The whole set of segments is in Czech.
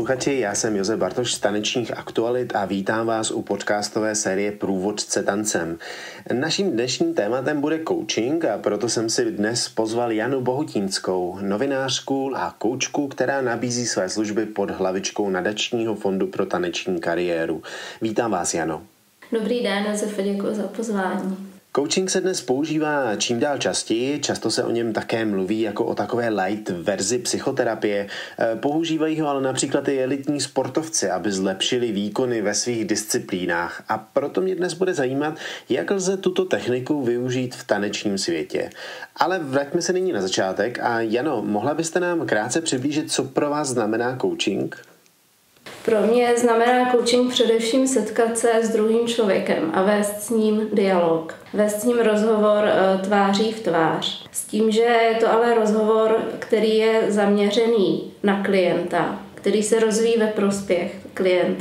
posluchači, já jsem Josef Bartoš z Tanečních aktualit a vítám vás u podcastové série Průvodce tancem. Naším dnešním tématem bude coaching a proto jsem si dnes pozval Janu Bohutínskou, novinářku a koučku, která nabízí své služby pod hlavičkou Nadačního fondu pro taneční kariéru. Vítám vás, Jano. Dobrý den, Josefe, děkuji za pozvání. Coaching se dnes používá čím dál častěji, často se o něm také mluví jako o takové light verzi psychoterapie. Používají ho ale například i elitní sportovci, aby zlepšili výkony ve svých disciplínách. A proto mě dnes bude zajímat, jak lze tuto techniku využít v tanečním světě. Ale vraťme se nyní na začátek a Jano, mohla byste nám krátce přiblížit, co pro vás znamená coaching? Pro mě znamená coaching především setkat se s druhým člověkem a vést s ním dialog. Vést s ním rozhovor tváří v tvář. S tím, že je to ale rozhovor, který je zaměřený na klienta, který se rozvíjí ve prospěch klienta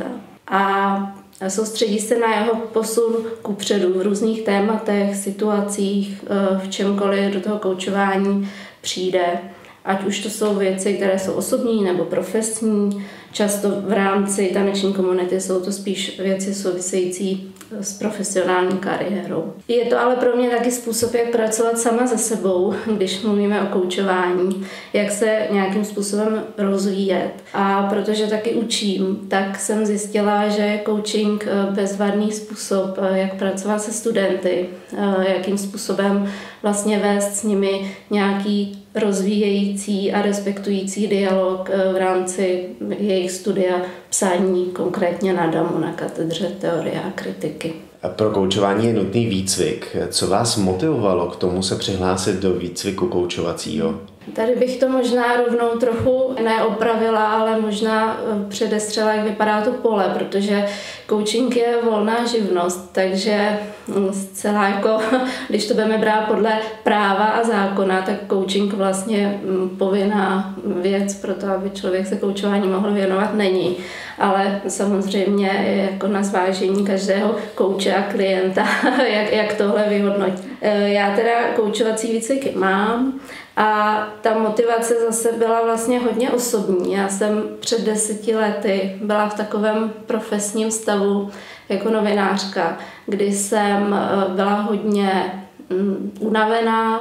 a soustředí se na jeho posun kupředu v různých tématech, situacích, v čemkoliv do toho koučování přijde. Ať už to jsou věci, které jsou osobní nebo profesní, často v rámci taneční komunity jsou to spíš věci související s profesionální kariérou. Je to ale pro mě taky způsob, jak pracovat sama se sebou, když mluvíme o koučování, jak se nějakým způsobem rozvíjet. A protože taky učím, tak jsem zjistila, že je coaching bezvadný způsob, jak pracovat se studenty, jakým způsobem vlastně vést s nimi nějaký rozvíjející a respektující dialog v rámci jejich studia psání, konkrétně na DAMu, na katedře teorie a kritiky. A pro koučování je nutný výcvik. Co vás motivovalo k tomu se přihlásit do výcviku koučovacího? Tady bych to možná rovnou trochu neopravila, ale možná předestřela, jak vypadá to pole, protože coaching je volná živnost, takže zcela jako, když to budeme brát podle práva a zákona, tak coaching vlastně povinná věc pro to, aby člověk se koučování mohl věnovat, není. Ale samozřejmě jako na zvážení každého kouče a klienta, jak tohle vyhodnotit. Já teda koučovací výcviky mám a ta motivace zase byla vlastně hodně osobní. Já jsem před 10 lety byla v takovém profesním stavu jako novinářka, kdy jsem byla hodně unavená,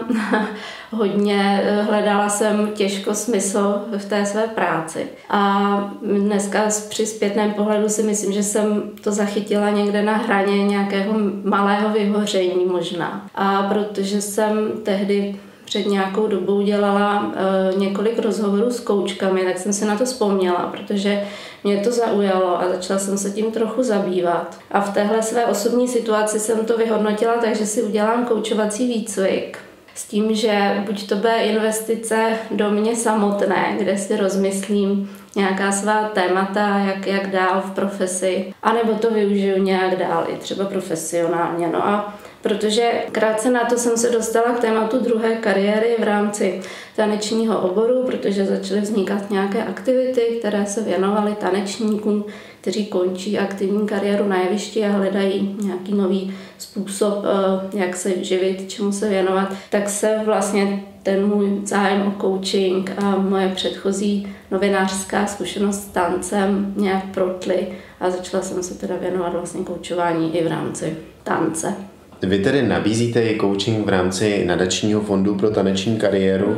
hodně hledala jsem těžko smysl v té své práci. A dneska při zpětném pohledu si myslím, že jsem to zachytila někde na hraně nějakého malého vyhoření možná. A protože jsem tehdy před nějakou dobou dělala několik rozhovorů s koučkami, tak jsem si na to vzpomněla, protože mě to zaujalo a začala jsem se tím trochu zabývat. A v téhle své osobní situaci jsem to vyhodnotila, takže si udělám koučovací výcvik. S tím, že buď to bude investice do mě samotné, kde si rozmyslím nějaká svá témata, jak dál v profesi, anebo to využiju nějak dál, i třeba profesionálně. No a protože krátce na to jsem se dostala k tématu druhé kariéry v rámci tanečního oboru, protože začaly vznikat nějaké aktivity, které se věnovaly tanečníkům, kteří končí aktivní kariéru na jevišti a hledají nějaký nový způsob, jak se živit, čemu se věnovat, tak se vlastně ten můj zájem o coaching a moje předchozí novinářská zkušenost s tancem nějak protly a začala jsem se teda věnovat vlastně koučování i v rámci tance. Vy tedy nabízíte i coaching v rámci Nadačního fondu pro taneční kariéru.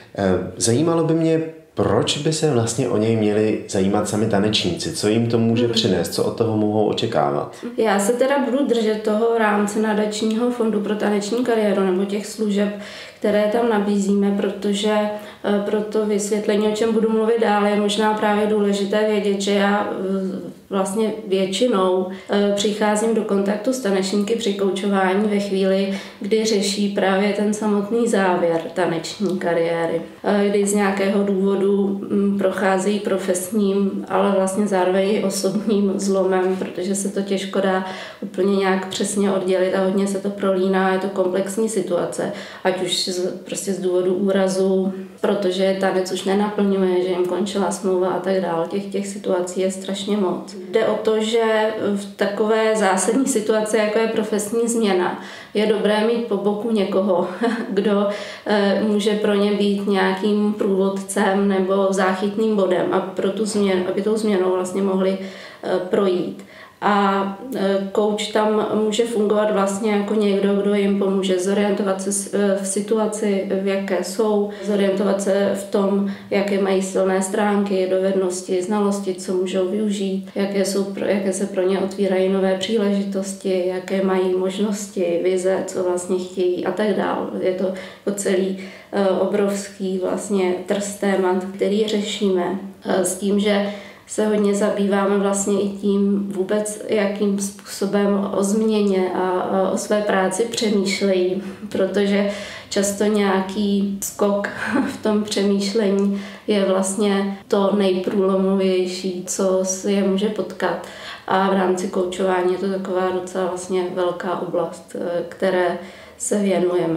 Zajímalo by mě, proč by se vlastně o něj měli zajímat sami tanečníci? Co jim to může přinést? Co od toho mohou očekávat? Já se teda budu držet toho rámce Nadačního fondu pro taneční kariéru nebo těch služeb, které tam nabízíme, protože pro to vysvětlení, o čem budu mluvit dál, je možná právě důležité vědět, že já vlastně většinou přicházím do kontaktu s tanečníky při koučování ve chvíli, kdy řeší právě ten samotný závěr taneční kariéry, kdy z nějakého důvodu procházejí profesním, ale vlastně zároveň i osobním zlomem, protože se to těžko dá úplně nějak přesně oddělit a hodně se to prolíná, je to komplexní situace, ať už prostě z důvodu úrazu, protože tanec už nenaplňuje, že jim končila smlouva a tak dále. Těch situací je strašně moc. Jde o to, že v takové zásadní situaci, jako je profesní změna, je dobré mít po boku někoho, kdo může pro ně být nějakým průvodcem nebo záchytným bodem a pro tu změnu, aby tou změnou vlastně mohli projít. A coach tam může fungovat vlastně jako někdo, kdo jim pomůže zorientovat se v situaci, v jaké jsou, zorientovat se v tom, jaké mají silné stránky, dovednosti, znalosti, co můžou využít, jaké se pro ně otvírají nové příležitosti, jaké mají možnosti, vize, co vlastně chtějí a tak dále. Je to celý obrovský vlastně trst témat, který řešíme s tím, že se hodně zabýváme vlastně i tím vůbec, jakým způsobem o změně a o své práci přemýšlejí, protože často nějaký skok v tom přemýšlení je vlastně to nejprůlomovější, co se je může potkat. A v rámci koučování je to taková docela vlastně velká oblast, které se věnujeme.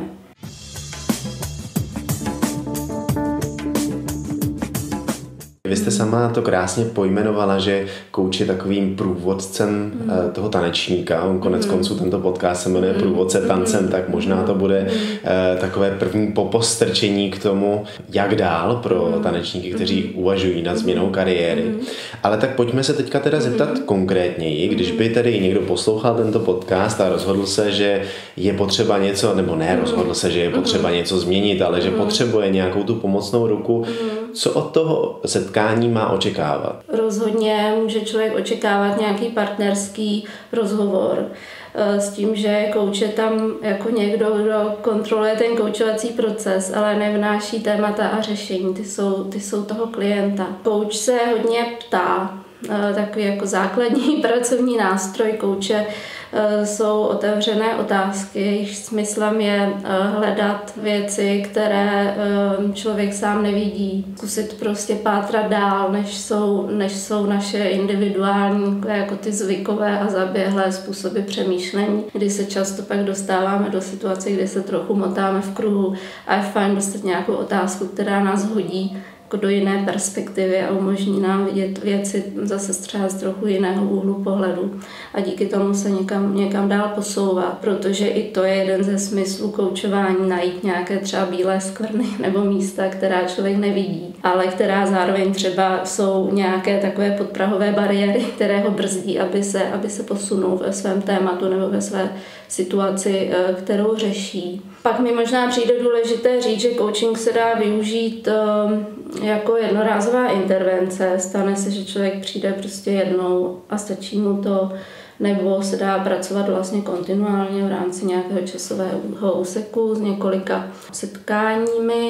Vy jste sama to krásně pojmenovala, že kouč je takovým průvodcem toho tanečníka. On konec konců tento podcast se jmenuje Průvodce tancem, tak možná to bude takové první popostrčení k tomu, jak dál pro tanečníky, kteří uvažují nad změnou kariéry. Ale tak pojďme se teďka teda zeptat konkrétněji, když by tedy někdo poslouchal tento podcast a rozhodl se, že je potřeba něco, nebo ne, rozhodl se, že je potřeba něco změnit, ale že potřebuje nějakou tu pomocnou ruku, co od toho setkání má očekávat? Rozhodně může člověk očekávat nějaký partnerský rozhovor s tím, že kouč je tam jako někdo, kdo kontroluje ten koučovací proces, ale nevnáší témata a řešení, ty jsou toho klienta. Kouč se hodně ptá, takový jako základní pracovní nástroj kouče jsou otevřené otázky, jejichž smyslem je hledat věci, které člověk sám nevidí. Zkusit prostě pátrat dál, než jsou naše individuální, jako ty zvykové a zaběhlé způsoby přemýšlení, kdy se často pak dostáváme do situace, kdy se trochu motáme v kruhu a je fajn dostat nějakou otázku, která nás hodí jako do jiné perspektivy a umožní nám vidět věci zase třeba z trochu jiného úhlu pohledu a díky tomu se někam dál posouvat, protože i to je jeden ze smyslů koučování, najít nějaké třeba bílé skvrny nebo místa, která člověk nevidí, ale která zároveň třeba jsou nějaké takové podprahové bariéry, které ho brzdí, aby se posunul ve svém tématu nebo ve své situaci, kterou řeší. Pak mi možná přijde důležité říct, že coaching se dá využít jako jednorázová intervence. Stane se, že člověk přijde prostě jednou a stačí mu to, nebo se dá pracovat vlastně kontinuálně v rámci nějakého časového úseku s několika setkáními.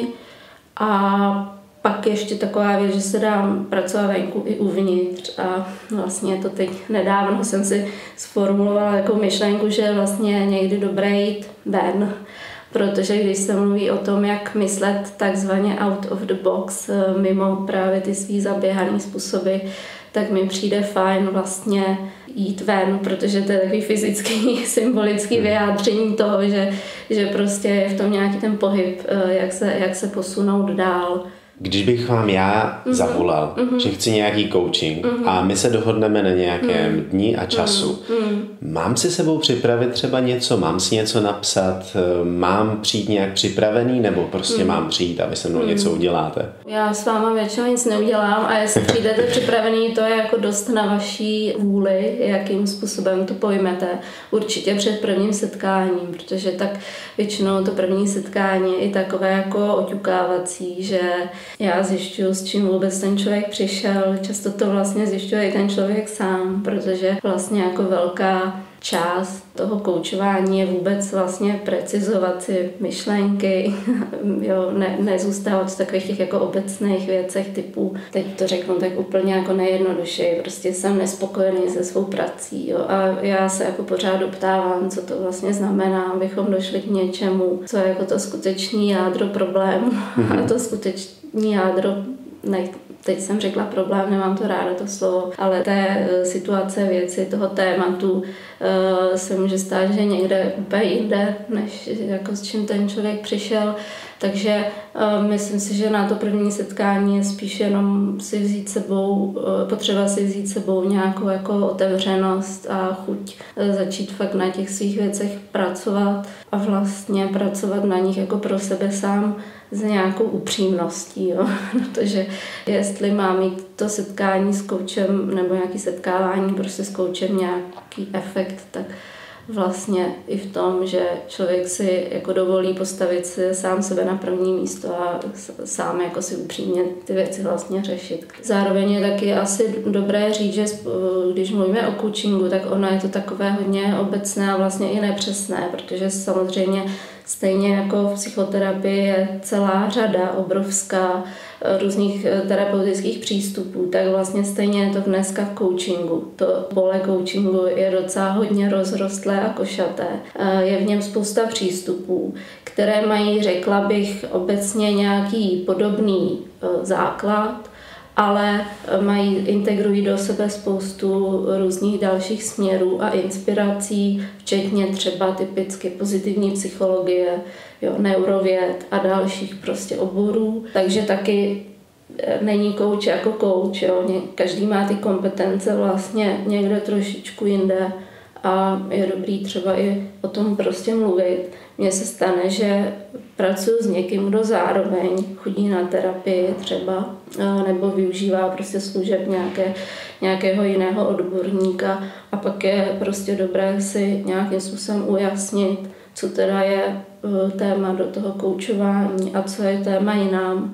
A pak ještě taková věc, že se dá pracovat venku i uvnitř a vlastně to teď nedávno jsem si sformulovala jako myšlenku, že je vlastně někdy dobré jít ven, protože když se mluví o tom, jak myslet takzvaně out of the box, mimo právě ty svý zaběhaný způsoby, tak mi přijde fajn vlastně jít ven, protože to je takový fyzický, symbolický vyjádření toho, že prostě je v tom nějaký ten pohyb, jak se posunout dál. Když bych vám já zavolal, že chci nějaký coaching a my se dohodneme na nějakém dni a času, mám si sebou připravit třeba něco, mám si něco napsat, mám přijít nějak připravený, nebo prostě mám přijít a vy se mnou něco uděláte? Já s váma většinou nic neudělám a jestli přijdete připravený, to je jako dost na vaší vůli, jakým způsobem to pojmete. Určitě před prvním setkáním, protože tak většinou to první setkání je i takové jako oťukávací, že já zjišťuju, s čím vůbec ten člověk přišel. Často to vlastně zjišťuje i ten člověk sám, protože vlastně jako velká část toho koučování je vůbec vlastně precizovat si myšlenky, jo, nezůstávat v takových těch jako obecných věcech typu, teď to řeknu tak úplně jako nejjednodušeji, prostě jsem nespokojený se svou prací, jo, a já se jako pořád doptávám, co to vlastně znamená, abychom došli k něčemu, co je jako to skutečný jádro problému a to skutečný jádro teď jsem řekla problém, nemám to ráda to slovo, ale té situace, věci, toho tématu se může stát, že někde úplně jinde, než jako s čím ten člověk přišel. Takže myslím si, že na to první setkání je spíš jenom si vzít sebou, potřeba si vzít sebou nějakou jako otevřenost a chuť začít fakt na těch svých věcech pracovat a vlastně pracovat na nich jako pro sebe sám s nějakou upřímností, jo? Protože jestli má mít to setkání s koučem nebo nějaké setkávání prostě s koučem nějaký efekt, tak vlastně i v tom, že člověk si jako dovolí postavit si sám sebe na první místo a sám jako si upřímně ty věci vlastně řešit. Zároveň je taky asi dobré říct, že když mluvíme o coachingu, tak ono je to takové hodně obecné a vlastně i nepřesné, protože samozřejmě stejně jako v psychoterapii je celá řada obrovská různých terapeutických přístupů, tak vlastně stejně je to dneska v coachingu. To pole coachingu je docela hodně rozrostlé a košaté. Je v něm spousta přístupů, které mají, řekla bych, obecně nějaký podobný základ, ale integrují do sebe spoustu různých dalších směrů a inspirací, včetně třeba typicky pozitivní psychologie, jo, neurověd a dalších prostě oborů. Takže taky není coach jako coach, jo. Každý má ty kompetence vlastně někde trošičku jinde a je dobrý třeba i o tom prostě mluvit. Mně se stane, že pracuji s někým, kdo zároveň chodí na terapii třeba nebo využívá prostě služeb nějakého jiného odborníka a pak je prostě dobré si nějakým způsobem ujasnit, co teda je téma do toho koučování a co je téma jinam.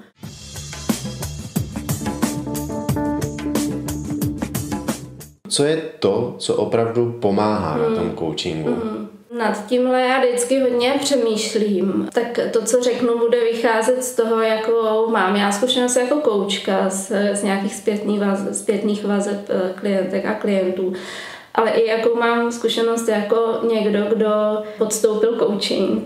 Co je to, co opravdu pomáhá na tom coachingu? Nad tímhle já vždycky hodně přemýšlím. Tak to, co řeknu, bude vycházet z toho, jakou mám já zkušenost jako koučka z nějakých zpětných vazeb klientek a klientů. Ale i jakou mám zkušenost jako někdo, kdo podstoupil coaching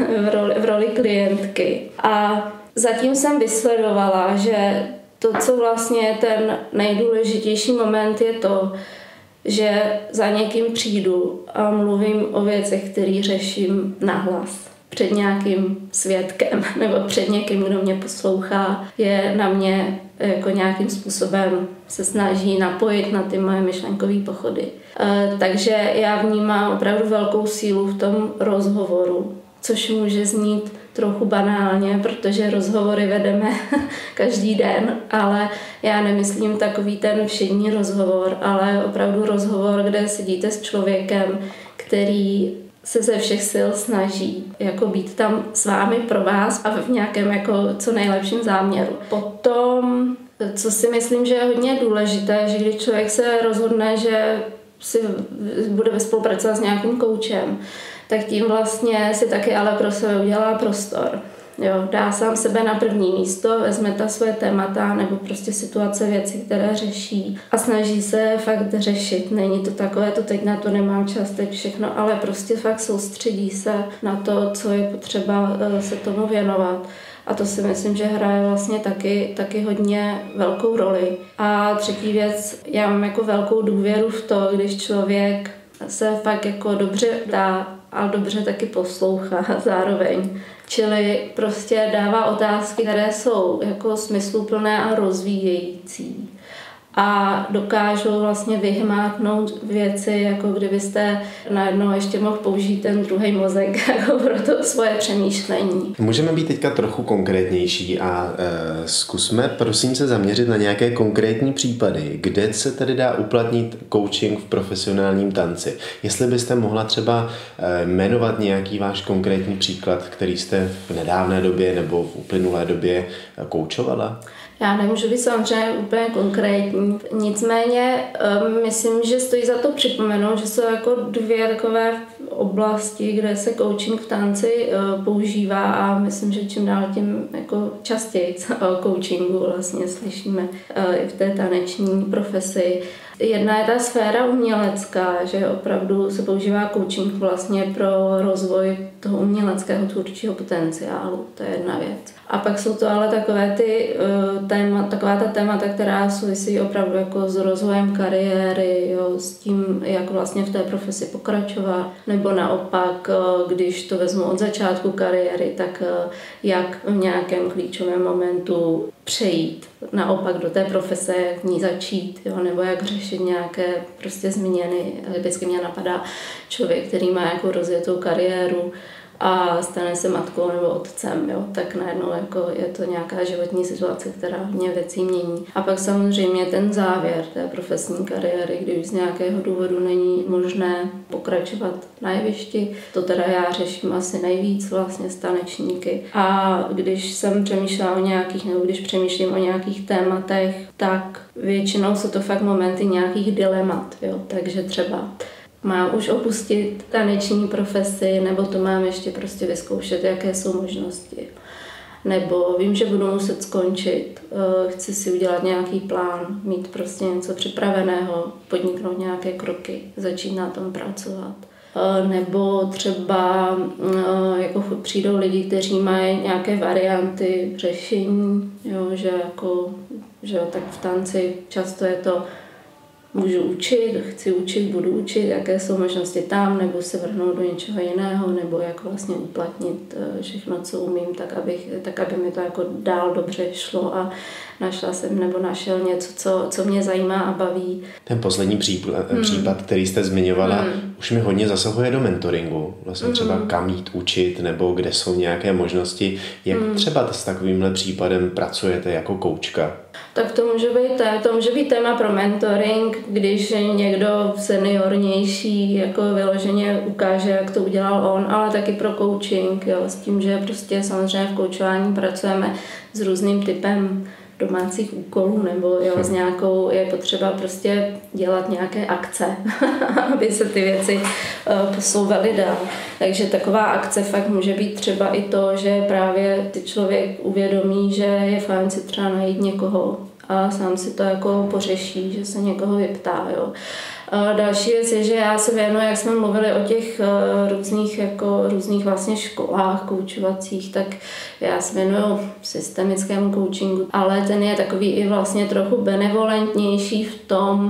v roli klientky. A zatím jsem vysledovala, že to, co vlastně je ten nejdůležitější moment, je to, že za někým přijdu a mluvím o věcech, které řeším nahlas. Před nějakým svědkem nebo před někým, kdo mě poslouchá, je na mě jako nějakým způsobem se snaží napojit na ty moje myšlenkové pochody. Takže já vnímám opravdu velkou sílu v tom rozhovoru, což může znít trochu banálně, protože rozhovory vedeme každý den, ale já nemyslím takový ten všední rozhovor, ale opravdu rozhovor, kde sedíte s člověkem, který se ze všech sil snaží jako být tam s vámi pro vás a v nějakém jako co nejlepším záměru. Potom, co si myslím, že je hodně důležité, že když člověk se rozhodne, že si bude spolupracovat s nějakým koučem, tak tím vlastně si taky ale pro sebe udělá prostor. Jo, dá sám sebe na první místo, vezme ta své témata nebo prostě situace, věci, které řeší a snaží se fakt řešit. Není to takové, to teď na to nemám čas, teď všechno, ale prostě fakt soustředí se na to, co je potřeba se tomu věnovat. A to si myslím, že hraje vlastně taky hodně velkou roli. A třetí věc, já mám jako velkou důvěru v to, když člověk se fakt jako dobře dá a dobře taky poslouchá zároveň. Čili prostě dává otázky, které jsou jako smysluplné a rozvíjející. A dokážou vlastně vyhmátnout věci, jako kdybyste najednou ještě mohl použít ten druhý mozek jako pro to svoje přemýšlení. Můžeme být teďka trochu konkrétnější a zkusme prosím se zaměřit na nějaké konkrétní případy, kde se tedy dá uplatnit coaching v profesionálním tanci. Jestli byste mohla třeba jmenovat nějaký váš konkrétní příklad, který jste v nedávné době nebo v uplynulé době koučovala? Já nemůžu být samozřejmě úplně konkrétní, nicméně myslím, že stojí za to připomenout, že jsou jako dvě takové oblasti, kde se coaching v tanci používá a myslím, že čím dál tím jako častěji o coachingu vlastně slyšíme i v té taneční profesi. Jedna je ta sféra umělecká, že opravdu se používá coaching vlastně pro rozvoj toho uměleckého tvůrčího potenciálu, to je jedna věc. A pak jsou to ale taková ta témata, která souvisí opravdu jako s rozvojem kariéry, jo, s tím, jak vlastně v té profesi pokračovat, nebo naopak, když to vezmu od začátku kariéry, tak jak v nějakém klíčovém momentu přejít naopak do té profese, jak v ní začít, jo, nebo jak řešit nějaké prostě změny. Vždycky mě napadá člověk, který má jako rozjetou kariéru a stane se matkou nebo otcem, jo, tak najednou jako je to nějaká životní situace, která hodně věcí mění. A pak samozřejmě ten závěr té profesní kariéry, kdy už z nějakého důvodu není možné pokračovat na jevišti. To teda já řeším asi nejvíc vlastně s tanečníky. A když jsem přemýšlela o nějakých, nebo když přemýšlím o nějakých tématech, tak většinou jsou to fakt momenty nějakých dilemat, jo, takže třeba mám už opustit taneční profesi, nebo to mám ještě prostě vyzkoušet, jaké jsou možnosti. Nebo vím, že budu muset skončit, chci si udělat nějaký plán, mít prostě něco připraveného, podniknout nějaké kroky, začít na tom pracovat. Nebo třeba jako přijdou lidi, kteří mají nějaké varianty řešení, jo, že tak v tanci často je to můžu učit, chci učit, budu učit, jaké jsou možnosti tam, nebo se vrhnout do něčeho jiného, nebo jak vlastně uplatnit všechno, co umím, tak aby mi to jako dál dobře šlo a našla jsem nebo našel něco, co mě zajímá a baví. Ten poslední případ, který jste zmiňovala, už mi hodně zasahuje do mentoringu. Vlastně třeba kam jít učit, nebo kde jsou nějaké možnosti. Jak třeba s takovýmhle případem pracujete jako koučka? Tak to může být téma pro mentoring, když někdo seniornější jako vyloženě ukáže, jak to udělal on, ale taky pro coaching, jo, s tím, že prostě samozřejmě v koučování pracujeme s různým typem domácích úkolů, nebo jo, s nějakou, je potřeba prostě dělat nějaké akce, aby se ty věci posouvaly dál. Takže taková akce fakt může být třeba i to, že právě ty člověk uvědomí, že je fajn si třeba najít někoho a sám si to jako pořeší, že se někoho vyptá, jo. Další věc je, že já se věnuji, jak jsme mluvili o těch různých vlastně školách koučovacích, tak já se věnuji systemickému coachingu, ale ten je takový i vlastně trochu benevolentnější v tom,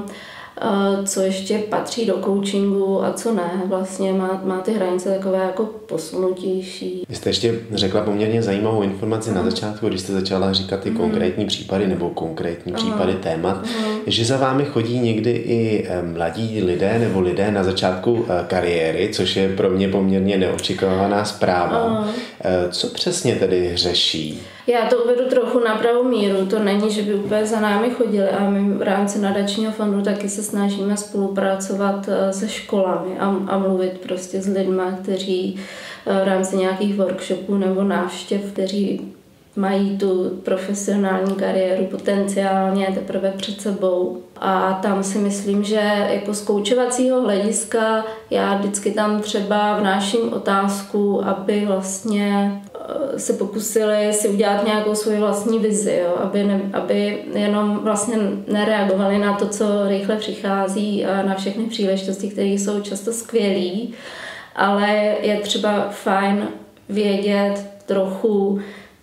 co ještě patří do coachingu a co ne. Vlastně má ty hranice takové jako posunutější. Vy jste ještě řekla poměrně zajímavou informaci na začátku, když jste začala říkat ty konkrétní případy nebo konkrétní případy témat, že za vámi chodí někdy i mladí lidé nebo lidé na začátku kariéry, což je pro mě poměrně neočekávaná zpráva. Co přesně tedy řeší? Já to uvedu trochu na pravou míru, to není, že by úplně za námi chodili a my v rámci nadačního fondu taky se snažíme spolupracovat se školami a mluvit prostě s lidma, kteří v rámci nějakých workshopů nebo návštěv, kteří mají tu profesionální kariéru potenciálně teprve před sebou. A tam si myslím, že jako z koučovacího hlediska já vždycky tam třeba vnáším otázku, aby vlastně se pokusili si udělat nějakou svoji vlastní vizi, jo? Aby jenom vlastně nereagovali na to, co rychle přichází a na všechny příležitosti, které jsou často skvělý, ale je třeba fajn vědět trochu,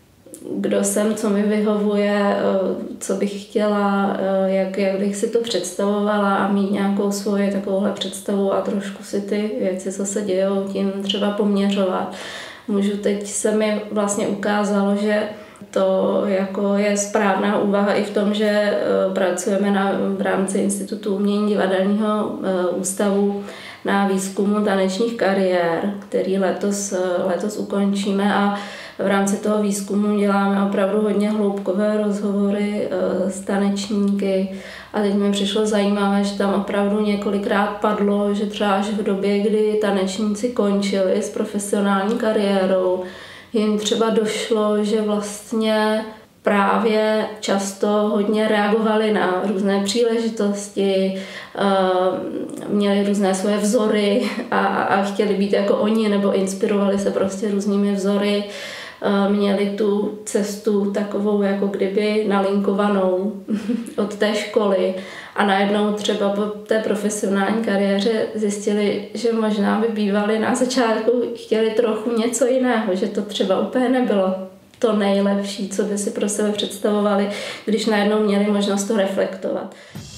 kdo jsem, co mi vyhovuje, co bych chtěla, jak bych si to představovala a mít nějakou svoji takovouhle představu a trošku si ty věci, co se dějou, tím třeba poměřovat. Teď se mi vlastně ukázalo, že to jako je správná úvaha i v tom, že pracujeme v rámci Institutu umění divadelního ústavu na výzkumu tanečních kariér, který letos ukončíme a v rámci toho výzkumu děláme opravdu hodně hloubkové rozhovory s tanečníky a teď mi přišlo zajímavé, že tam opravdu několikrát padlo, že třeba až v době, kdy tanečníci končili s profesionální kariérou, jim třeba došlo, že vlastně právě často hodně reagovali na různé příležitosti, měli různé svoje vzory a chtěli být jako oni nebo inspirovali se prostě různými vzory. Měli tu cestu takovou jako kdyby nalinkovanou od té školy a najednou třeba po té profesionální kariéře zjistili, že možná by bývali na začátku chtěli trochu něco jiného, že to třeba úplně nebylo to nejlepší, co by si pro sebe představovali, když najednou měli možnost to reflektovat.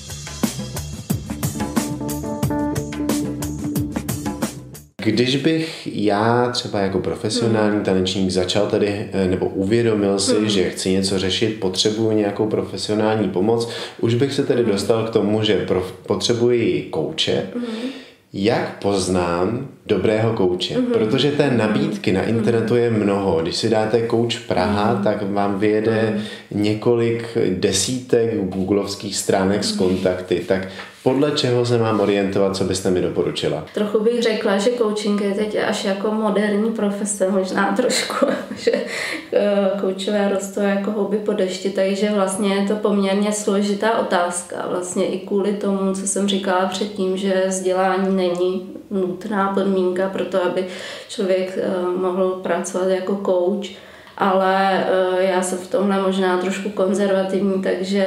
Když bych já třeba jako profesionální tanečník začal tady, nebo uvědomil si, že chci něco řešit, potřebuji nějakou profesionální pomoc, už bych se tedy dostal k tomu, že potřebuji kouče. Jak poznám dobrého kouče? Protože té nabídky na internetu je mnoho. Když si dáte Coach Praha, tak vám vyjede několik desítek googlovských stránek s kontakty. Tak podle čeho se mám orientovat, co byste mi doporučila? Trochu bych řekla, že coaching je teď až jako moderní profese, možná trošku, že koučové rostou jako houby po dešti, takže vlastně je to poměrně složitá otázka. Vlastně i kvůli tomu, co jsem říkala předtím, že vzdělání není nutná podmínka pro to, aby člověk mohl pracovat jako coach, ale já jsem v tomhle možná trošku konzervativní, takže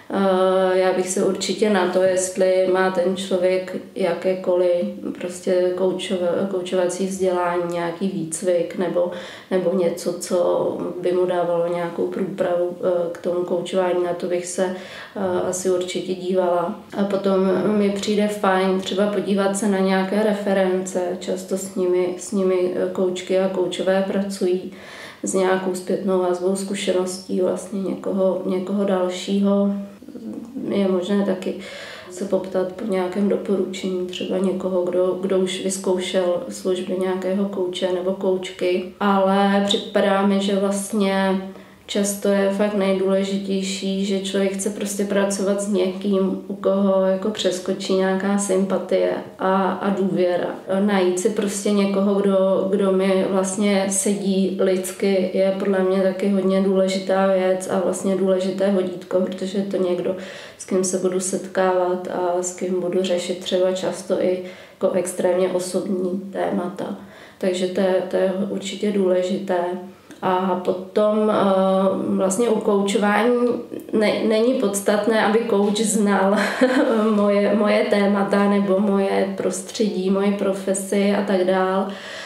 já bych se určitě na to, jestli má ten člověk jakékoliv prostě koučovací vzdělání, nějaký výcvik nebo něco, co by mu dávalo nějakou průpravu k tomu koučování, na to bych se asi určitě dívala. A potom mi přijde fajn třeba podívat se na nějaké reference, často s nimi koučky a koučové pracují s nějakou zpětnou vazbou, zkušeností vlastně někoho dalšího. Je možné taky se poptat po nějakém doporučení, třeba někoho, kdo už vyzkoušel služby nějakého kouče nebo koučky, ale připadá mi, že vlastně často je fakt nejdůležitější, že člověk chce prostě pracovat s někým, u koho jako přeskočí nějaká sympatie a důvěra. Najít si prostě někoho, kdo mi vlastně sedí lidsky, je podle mě taky hodně důležitá věc a vlastně důležité vodítko, protože je to někdo, s kým se budu setkávat a s kým budu řešit třeba často i jako extrémně osobní témata. Takže to je určitě důležité. A potom vlastně u koučování není podstatné, aby kouč znal moje témata nebo moje prostředí, moje profesi a tak dál.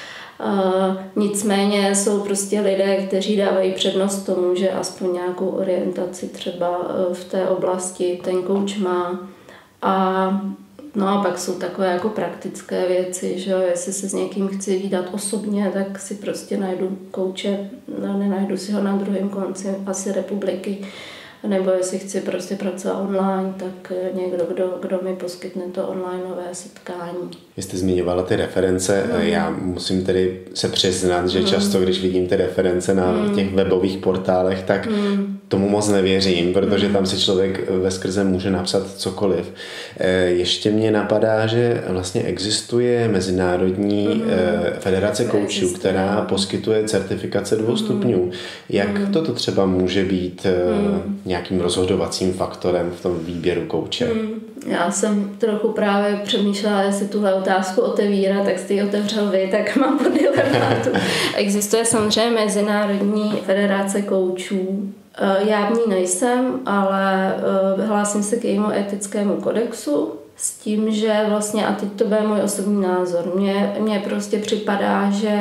Nicméně jsou prostě lidé, kteří dávají přednost tomu, že aspoň nějakou orientaci třeba v té oblasti ten kouč má. No a pak jsou takové jako praktické věci, že jestli se s někým chci vídat osobně, tak si prostě najdu kouče, nenajdu si ho na druhém konci asi republiky, nebo jestli chci prostě pracovat online, tak někdo, kdo mi poskytne to onlineové setkání. Jste zmiňovala ty reference, já musím tedy se přiznat, že často, když vidím ty reference na těch webových portálech, tak tomu moc nevěřím, protože tam si člověk veskrze může napsat cokoliv. Ještě mě napadá, že vlastně existuje Mezinárodní federace koučů, která poskytuje certifikace 2 stupňů. Jak toto třeba může být nějakým rozhodovacím faktorem v tom výběru kouče? Já jsem trochu právě přemýšlela, jestli tuhle otázku otevírat, tak jste ji otevřel vy, tak mám po dilemátu. Existuje samozřejmě Mezinárodní federace koučů. Já v ní nejsem, ale hlásím se k jejímu etickému kodexu s tím, že vlastně, a teď to bude můj osobní názor, mně prostě připadá, že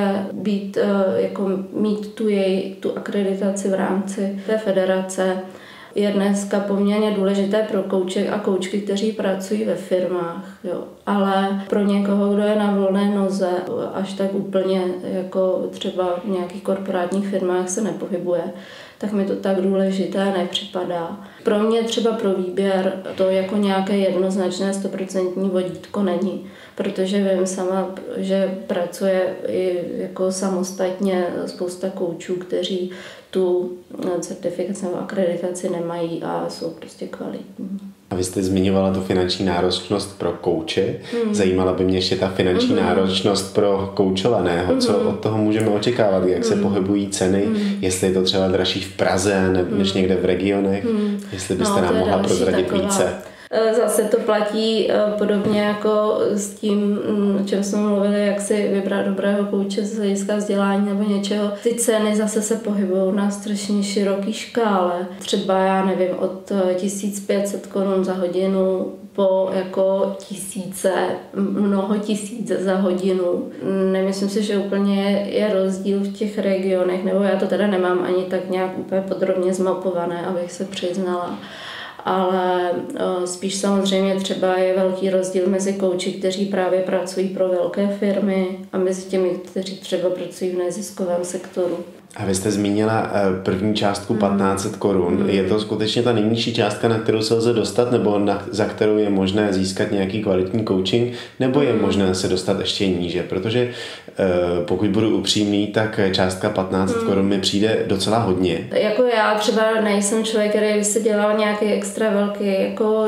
mít tu akreditaci v rámci té federace je dneska poměrně důležité pro kouče a koučky, kteří pracují ve firmách. Jo. Ale pro někoho, kdo je na volné noze, až tak úplně jako třeba v nějakých korporátních firmách se nepohybuje, tak mi to tak důležité nepřipadá. Pro mě třeba pro výběr to jako nějaké jednoznačné 100% vodítko není, protože vím sama, že pracuje i jako samostatně spousta koučů, kteří tu certifikaci nebo akreditaci nemají a jsou prostě kvalitní. A vy jste zmiňovala tu finanční náročnost pro kouče. Zajímala by mě ještě ta finanční náročnost pro koučovaného. Co od toho můžeme očekávat? Jak se pohybují ceny? Jestli je to třeba dražší v Praze než někde v regionech? Jestli byste nám mohla prozradit více. Zase to platí podobně jako s tím, o čem jsme mluvili, jak si vybrat dobrého kouče z hlediska vzdělání nebo něčeho. Ty ceny zase se pohybují na strašně široký škále. Třeba, já nevím, od 1500 korun za hodinu po jako mnoho tisíc za hodinu. Nemyslím si, že úplně je rozdíl v těch regionech, nebo já to teda nemám ani tak nějak úplně podrobně zmapované, abych se přiznala. Ale spíš samozřejmě třeba je velký rozdíl mezi kouči, kteří právě pracují pro velké firmy a mezi těmi, kteří třeba pracují v neziskovém sektoru. A vy jste zmínila první částku 1500 korun. Je to skutečně ta nejnižší částka, na kterou se lze dostat, nebo za kterou je možné získat nějaký kvalitní coaching, nebo je možné se dostat ještě níže? Protože pokud budu upřímný, tak částka 1500 korun mi přijde docela hodně. Jako já třeba nejsem člověk, který by se dělal nějaký extra velký jako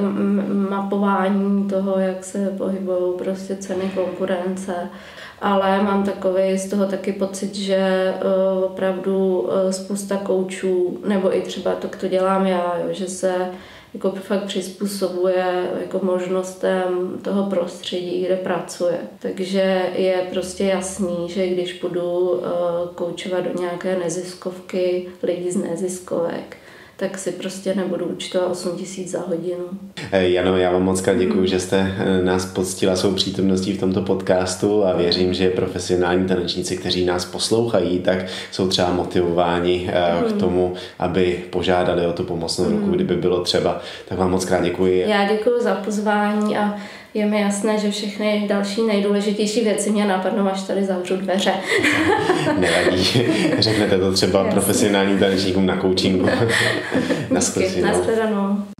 mapování toho, jak se pohybují prostě ceny konkurence. Ale mám takový z toho taky pocit, že opravdu spousta koučů, nebo i třeba to, kdo dělám já, jo, že se jako fakt přizpůsobuje jako možnostem toho prostředí, kde pracuje. Takže je prostě jasný, že když budu koučovat do nějaké neziskovky lidí z neziskovek, tak si prostě nebudu účtovat 8 000 za hodinu. Jano, já vám moc krát děkuju, že jste nás poctila svou přítomností v tomto podcastu a věřím, že profesionální tanečníci, kteří nás poslouchají, tak jsou třeba motivováni k tomu, aby požádali o tu pomocnou ruku, kdyby bylo třeba. Tak vám moc krát děkuji. Já děkuju za pozvání a je mi jasné, že všechny další nejdůležitější věci mě napadnou, až tady zavřu dveře. Nevadí. Řeknete to třeba profesionálním tanečníkům na coachingu. Nashledanou.